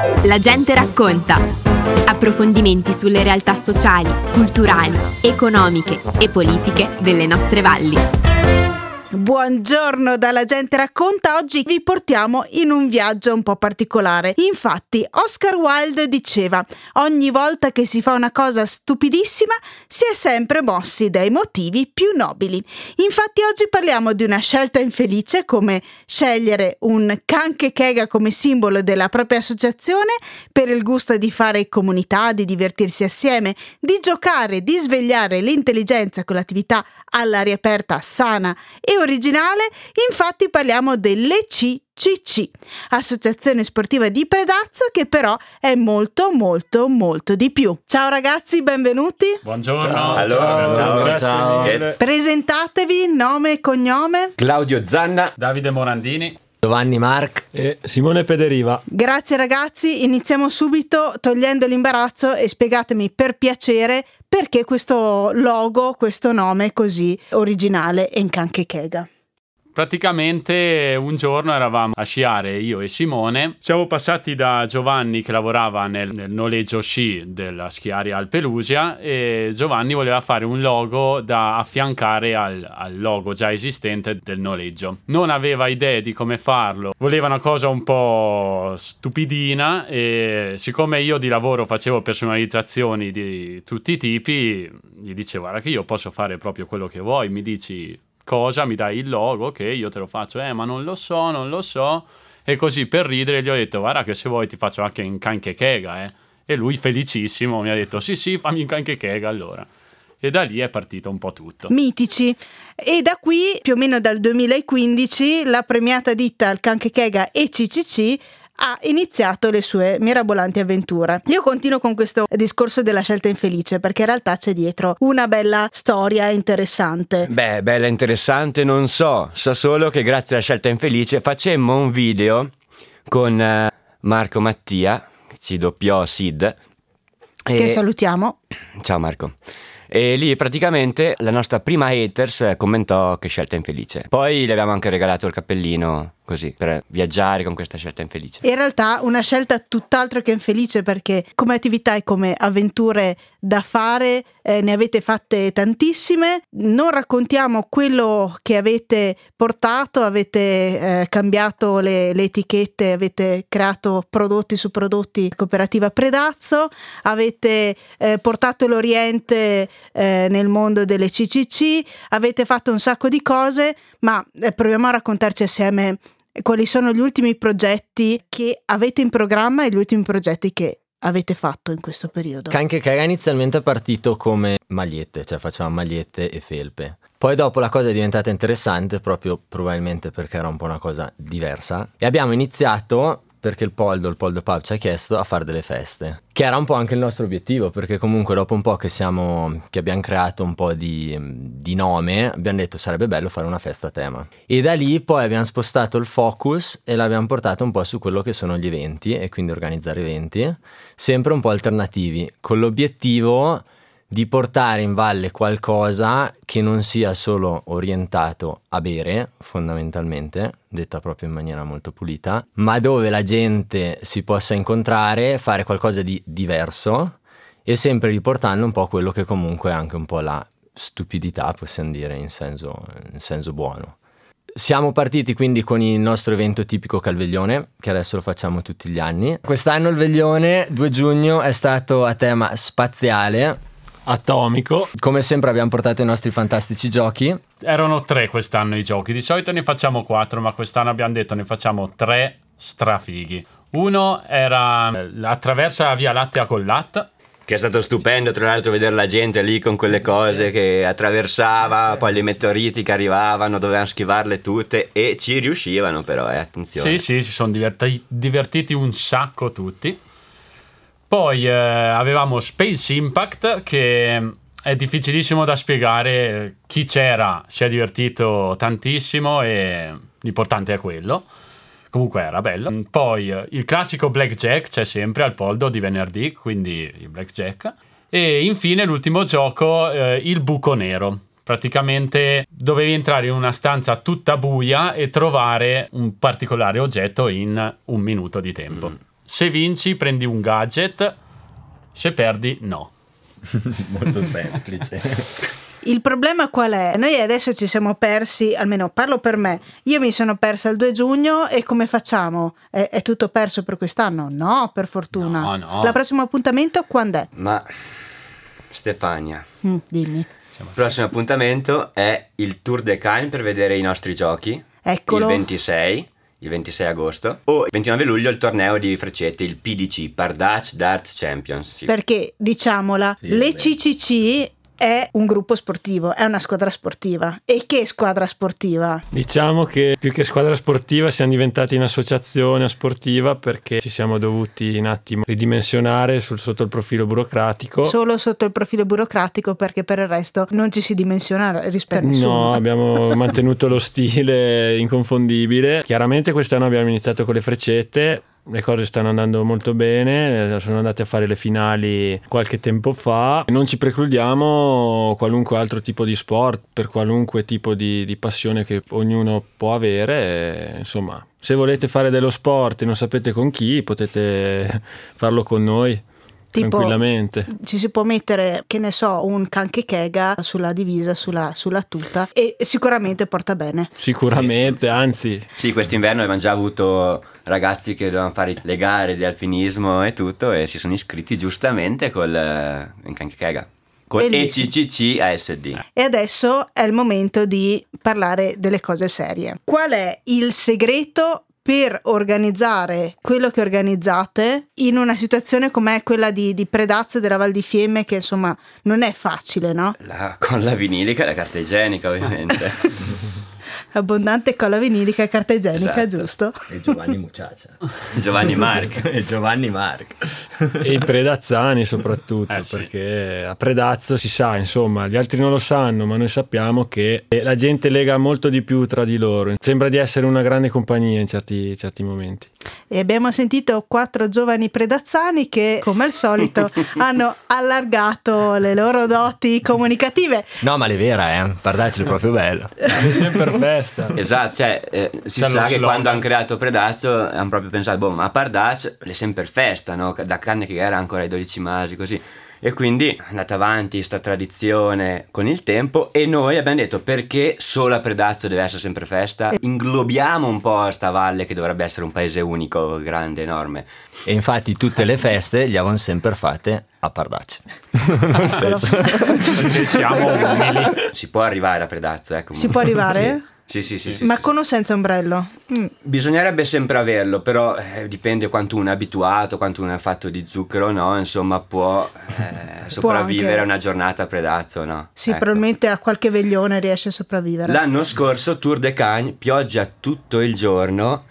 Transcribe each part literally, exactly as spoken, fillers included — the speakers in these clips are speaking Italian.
La gente racconta. Approfondimenti sulle realtà sociali, culturali, economiche e politiche delle nostre valli. Buongiorno dalla gente racconta. Oggi vi portiamo in un viaggio un po' particolare. Infatti Oscar Wilde diceva: ogni volta che si fa una cosa stupidissima si è sempre mossi dai motivi più nobili. Infatti oggi parliamo di una scelta infelice, come scegliere un can che chega come simbolo della propria associazione per il gusto di fare comunità, di divertirsi assieme, di giocare, di svegliare l'intelligenza con l'attività all'aria aperta sana e originale. Infatti parliamo delle C C C, Associazione Sportiva di Predazzo, che però è molto molto molto di più. Ciao ragazzi, benvenuti. Buongiorno. Ciao. Allora, ciao, ciao. ciao. Presentatevi, nome e cognome. Claudio Zanna, Davide Morandini, Giovanni Marc e Simone Pederiva. Grazie ragazzi, iniziamo subito togliendo l'imbarazzo e spiegatemi per piacere perché questo logo, questo nome così originale e in can che chega. Praticamente un giorno eravamo a sciare io e Simone, siamo passati da Giovanni che lavorava nel, nel noleggio sci della schiaria al Pelusia, e Giovanni voleva fare un logo da affiancare al, al logo già esistente del noleggio. Non aveva idee di come farlo, voleva una cosa un po' stupidina, e siccome io di lavoro facevo personalizzazioni di tutti i tipi, gli dicevo: guarda che io posso fare proprio quello che vuoi, mi dici cosa, mi dai il logo, che io te lo faccio. Eh ma non lo so, non lo so. E così per ridere gli ho detto: guarda che se vuoi ti faccio anche in can che chega, eh. E lui felicissimo mi ha detto: sì sì, fammi in can che chega allora. E da lì è partito un po' tutto. Mitici. E da qui, più o meno dal duemilaquindici, la premiata ditta Il Can che Chega e C C C ha iniziato le sue mirabolanti avventure. Io continuo con questo discorso della scelta infelice, perché in realtà c'è dietro una bella storia interessante. Beh, bella interessante non so, so solo che grazie alla scelta infelice facemmo un video con uh, Marco Mattia, ci doppiò Sid. Che e... salutiamo. Ciao Marco. E lì praticamente la nostra prima haters commentò che scelta infelice. Poi le abbiamo anche regalato il cappellino, così, per viaggiare con questa scelta infelice. In realtà una scelta tutt'altro che infelice, perché come attività e come avventure da fare eh, ne avete fatte tantissime. Non raccontiamo quello che avete portato, avete eh, cambiato le, le etichette, avete creato prodotti su prodotti, Cooperativa Predazzo, avete eh, portato l'Oriente eh, nel mondo delle C C C, avete fatto un sacco di cose, ma eh, proviamo a raccontarci assieme quali sono gli ultimi progetti che avete in programma e gli ultimi progetti che avete fatto in questo periodo. Can che chega inizialmente è partito come magliette, cioè facevamo magliette e felpe. Poi dopo la cosa è diventata interessante proprio probabilmente perché era un po' una cosa diversa, e abbiamo iniziato, perché il Poldo, il Poldo Pub ci ha chiesto, a fare delle feste, che era un po' anche il nostro obiettivo, perché comunque dopo un po' che siamo che abbiamo creato un po' di, di nome, abbiamo detto sarebbe bello fare una festa a tema, e da lì poi abbiamo spostato il focus e l'abbiamo portato un po' su quello che sono gli eventi, e quindi organizzare eventi sempre un po' alternativi, con l'obiettivo di portare in valle qualcosa che non sia solo orientato a bere, fondamentalmente, detta proprio in maniera molto pulita, ma dove la gente si possa incontrare, fare qualcosa di diverso, e sempre riportando un po' quello che comunque è anche un po' la stupidità, possiamo dire, in senso, in senso buono. Siamo partiti quindi con il nostro evento tipico Calveglione, che adesso lo facciamo tutti gli anni. Quest'anno il Veglione, due giugno, è stato a tema spaziale, atomico. Come sempre abbiamo portato i nostri fantastici giochi. Erano tre quest'anno i giochi, di solito ne facciamo quattro, ma quest'anno abbiamo detto ne facciamo tre strafighi. Uno era attraversa la Via Lattea con l'A T, Che è stato stupendo, tra l'altro, vedere la gente lì con quelle cose che attraversava, poi le meteoriti che arrivavano, dovevano schivarle tutte, e ci riuscivano però, eh, attenzione. Sì, sì, si sono divertiti, divertiti un sacco tutti. Poi eh, avevamo Space Impact, che è difficilissimo da spiegare. Chi c'era si è divertito tantissimo e l'importante è quello. Comunque era bello. Poi eh, il classico Blackjack c'è sempre al Poldo di venerdì, quindi il Blackjack. E infine l'ultimo gioco, eh, il Buco Nero. Praticamente dovevi entrare in una stanza tutta buia e trovare un particolare oggetto in un minuto di tempo. Mm. Se vinci prendi un gadget, se perdi no. Molto semplice. Il problema qual è? Noi adesso ci siamo persi, almeno parlo per me, io mi sono persa il due giugno e come facciamo? È, è tutto perso per quest'anno? No, per fortuna. No, no. Il prossimo appuntamento quando è? Ma Stefania, Mm, dimmi. il prossimo appuntamento è il Tour de Cannes per vedere i nostri giochi. Eccolo. Il ventisei, il ventisei agosto. O il ventinove luglio il torneo di freccette, il P D C, Pardace Dart Championship. Perché, diciamola, Sì, le beh. C C C è un gruppo sportivo, è una squadra sportiva. E che squadra sportiva? Diciamo che più che squadra sportiva siamo diventati un'associazione sportiva perché ci siamo dovuti un attimo ridimensionare sul, sotto il profilo burocratico. Solo sotto il profilo burocratico, perché per il resto non ci si dimensiona rispetto a nessuno. No, abbiamo mantenuto lo stile inconfondibile. Chiaramente quest'anno abbiamo iniziato con le freccette. Le cose stanno andando molto bene, sono andate a fare le finali qualche tempo fa. Non ci precludiamo qualunque altro tipo di sport, per qualunque tipo di, di passione che ognuno può avere. Insomma, se volete fare dello sport e non sapete con chi, potete farlo con noi. Tipo, tranquillamente. ci si può mettere, che ne so, un kanke-kega sulla divisa, sulla, sulla tuta, e sicuramente porta bene. Sicuramente, anzi. Sì, quest'inverno abbiamo già avuto ragazzi che dovevano fare le gare di alpinismo e tutto e si sono iscritti giustamente col eh, in Kanke-Kega, con E Bellissimo. C C C A S D. E adesso è il momento di parlare delle cose serie. Qual è il segreto per organizzare quello che organizzate in una situazione com'è quella di, di Predazzo della Val di Fiemme, che insomma non è facile, no? La, con la vinilica e la carta igienica, ovviamente. Abbondante colla vinilica e carta igienica, Esatto. giusto? E Giovanni Mucciaccia. Giovanni Marc. E Giovanni Marc. E i predazzani soprattutto, Eh, sì. perché a Predazzo si sa, insomma, gli altri non lo sanno, ma noi sappiamo che la gente lega molto di più tra di loro. Sembra di essere una grande compagnia in certi, certi momenti. E abbiamo sentito quattro giovani predazzani che, come al solito, hanno allargato le loro doti comunicative. No, ma le vera, eh. Pardace è proprio bello. È sempre festa. Esatto, cioè eh, si C'è lo sa che slogan. quando hanno creato Predazzo hanno proprio pensato, boh, ma a Pardace le sempre festa, no? Da carne che era ancora ai dodici masi, così. E quindi è andata avanti sta tradizione con il tempo e noi abbiamo detto, perché solo a Predazzo deve essere sempre festa? Inglobiamo un po' sta valle che dovrebbe essere un paese unico, grande, enorme. E infatti tutte le feste le avevano sempre fatte a Pardace. Lo stesso. Perché siamo umili. Si può arrivare a Predazzo, ecco. Si può arrivare? Sì, sì, sì, sì, Ma sì, con o senza ombrello? Mm. bisognerebbe sempre averlo, però eh, dipende quanto uno è abituato, quanto uno è fatto di zucchero o no, insomma può eh, sopravvivere anche. una giornata a Predazzo, no? Sì, Ecco. probabilmente a qualche veglione riesce a sopravvivere. L'anno scorso Tour de Cannes, pioggia tutto il giorno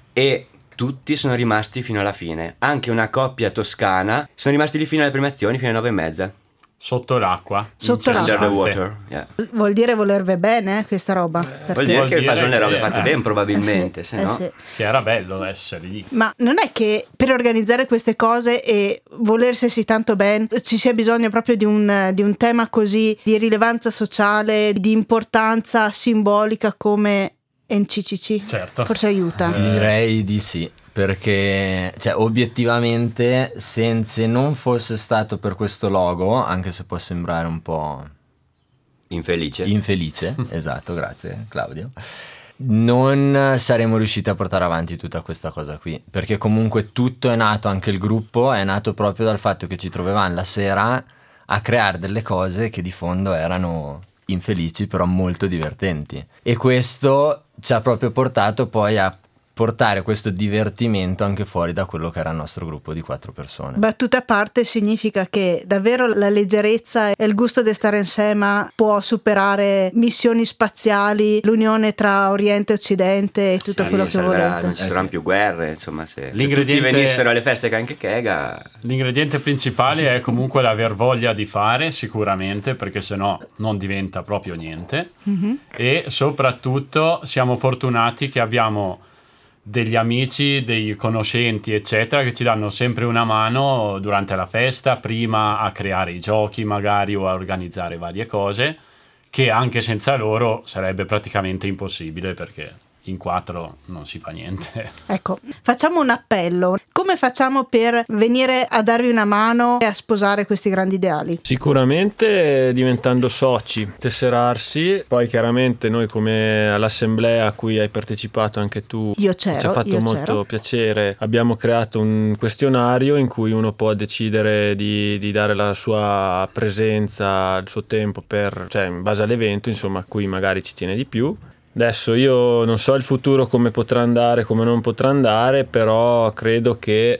e tutti sono rimasti fino alla fine, anche una coppia toscana sono rimasti lì fino alle premiazioni, fino alle nove e mezza. Sotto l'acqua. Sotto l'acqua. Under the incessante. water, yeah. Vuol dire volerve bene, eh, questa roba? Perché- Vuol dire Vuol che dire facevano le robe che- fatte eh. bene probabilmente, Eh sì, se eh no... sì. Che era bello essere lì. Ma non è che per organizzare queste cose e volersi tanto bene ci sia bisogno proprio di un, di un tema così di rilevanza sociale, di importanza simbolica come N C C C? Certo. Forse aiuta. Direi di sì, perché cioè, obiettivamente se, se non fosse stato per questo logo, anche se può sembrare un po' Infelice. infelice, esatto, grazie Claudio, non saremmo riusciti a portare avanti tutta questa cosa qui, perché comunque tutto è nato, anche il gruppo è nato proprio dal fatto che ci trovavamo la sera a creare delle cose che di fondo erano infelici però molto divertenti, e questo ci ha proprio portato poi a portare questo divertimento anche fuori da quello che era il nostro gruppo di quattro persone. Battuta a parte, significa che davvero la leggerezza e il gusto di stare insieme può superare missioni spaziali, l'unione tra Oriente e Occidente e tutto Sì, quello che salverà, volete. non ci Eh, saranno sì. più guerre, insomma, se, se tutti L'ingrediente- venissero alle feste Kanke-Kega. L'ingrediente principale è comunque l'aver voglia di fare, sicuramente, perché sennò non diventa proprio niente. E soprattutto siamo fortunati che abbiamo degli amici, dei conoscenti, eccetera, che ci danno sempre una mano durante la festa, prima a creare i giochi magari o a organizzare varie cose, che anche senza loro sarebbe praticamente impossibile, perché in quattro non si fa niente. Ecco, facciamo un appello. Come come facciamo per venire a darvi una mano e a sposare questi grandi ideali? Sicuramente diventando soci, tesserarsi, poi chiaramente noi come all'assemblea a cui hai partecipato anche tu, Io c'ero, ci ha fatto io molto c'ero. piacere, abbiamo creato un questionario in cui uno può decidere di, di dare la sua presenza, il suo tempo per, cioè in base all'evento insomma a cui magari ci tiene di più. Adesso io non so il futuro come potrà andare, come non potrà andare, però credo che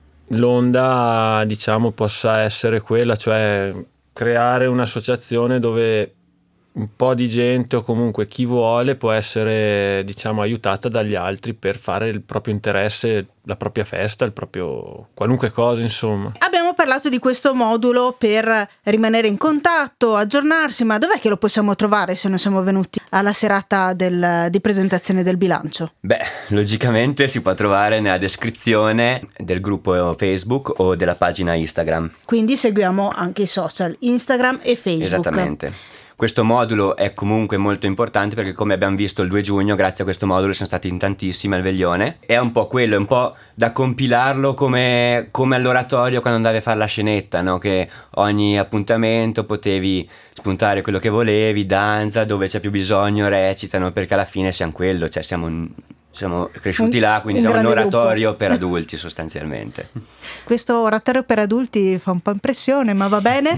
l'onda, diciamo, possa essere quella, cioè creare un'associazione dove un po' di gente o comunque chi vuole può essere, diciamo, aiutata dagli altri per fare il proprio interesse, la propria festa, il proprio qualunque cosa, insomma. Abbiamo parlato di questo modulo per rimanere in contatto, aggiornarsi, ma dov'è che lo possiamo trovare se non siamo venuti alla serata del, di presentazione del bilancio? Beh, logicamente si può trovare nella descrizione del gruppo Facebook o della pagina Instagram. Quindi seguiamo anche i social, Instagram e Facebook. Esattamente. Questo modulo è comunque molto importante perché, come abbiamo visto il due giugno, grazie a questo modulo siamo stati in tantissimi al veglione. È un po' quello, è un po' da compilarlo come, come all'oratorio quando andavi a fare la scenetta, no? Che ogni appuntamento potevi spuntare quello che volevi, danza, dove c'è più bisogno recitano, perché alla fine siamo quello, cioè siamo... Siamo cresciuti Un- là, quindi un siamo un grande oratorio gruppo. per adulti sostanzialmente. Questo oratorio per adulti fa un po' impressione, ma va bene.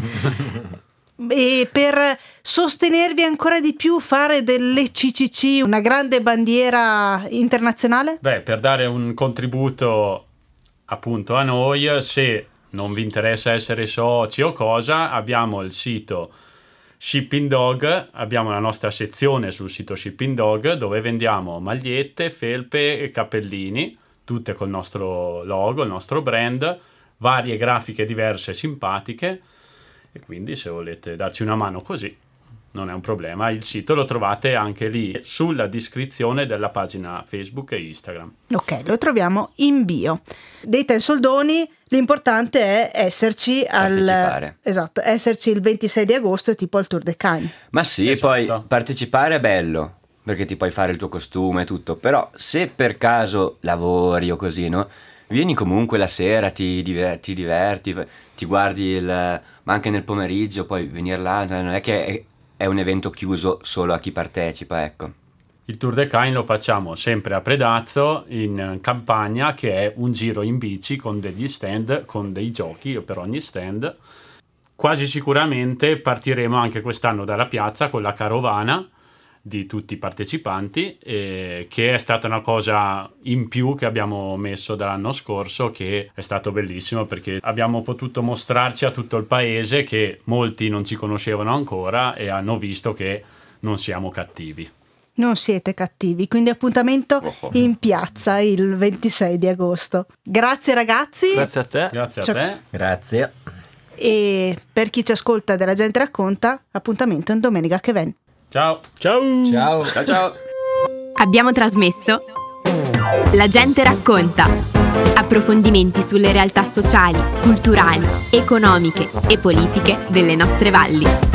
E per sostenervi ancora di più, fare dell'E C C C una grande bandiera internazionale? Beh, per dare un contributo appunto a noi, se non vi interessa essere soci o cosa, abbiamo il sito Shipping Dog, abbiamo la nostra sezione sul sito Shipping Dog dove vendiamo magliette, felpe e cappellini, tutte col nostro logo, il nostro brand, varie grafiche diverse e simpatiche, e quindi se volete darci una mano così non è un problema. Il sito lo trovate anche lì sulla descrizione della pagina Facebook e Instagram. Ok, lo troviamo in bio. Dei Ten Soldoni, l'importante è esserci al Partecipare. esatto, esserci il ventisei di agosto, tipo al Tour de Cagnes. Ma sì, Esatto. poi partecipare è bello, perché ti puoi fare il tuo costume e tutto, però se per caso lavori o così, no? Vieni comunque la sera, ti diverti, ti, diverti, ti guardi il... ma anche nel pomeriggio, poi venire là, non è che è, è un evento chiuso solo a chi partecipa, ecco. Il Tour de Cagnes lo facciamo sempre a Predazzo in campagna, che è un giro in bici con degli stand, con dei giochi per ogni stand. Quasi sicuramente partiremo anche quest'anno dalla piazza con la carovana di tutti i partecipanti, eh, che è stata una cosa in più che abbiamo messo dall'anno scorso, che è stato bellissimo perché abbiamo potuto mostrarci a tutto il paese che molti non ci conoscevano ancora e hanno visto che non siamo cattivi. Non siete cattivi, quindi appuntamento in piazza il ventisei di agosto. Grazie ragazzi. Grazie a te. Grazie a Ciao. te. Grazie. E per chi ci ascolta della gente racconta, appuntamento in domenica che viene. Ciao. Ciao. Ciao. Ciao ciao! Abbiamo trasmesso La gente racconta. Approfondimenti sulle realtà sociali, culturali, economiche e politiche delle nostre valli.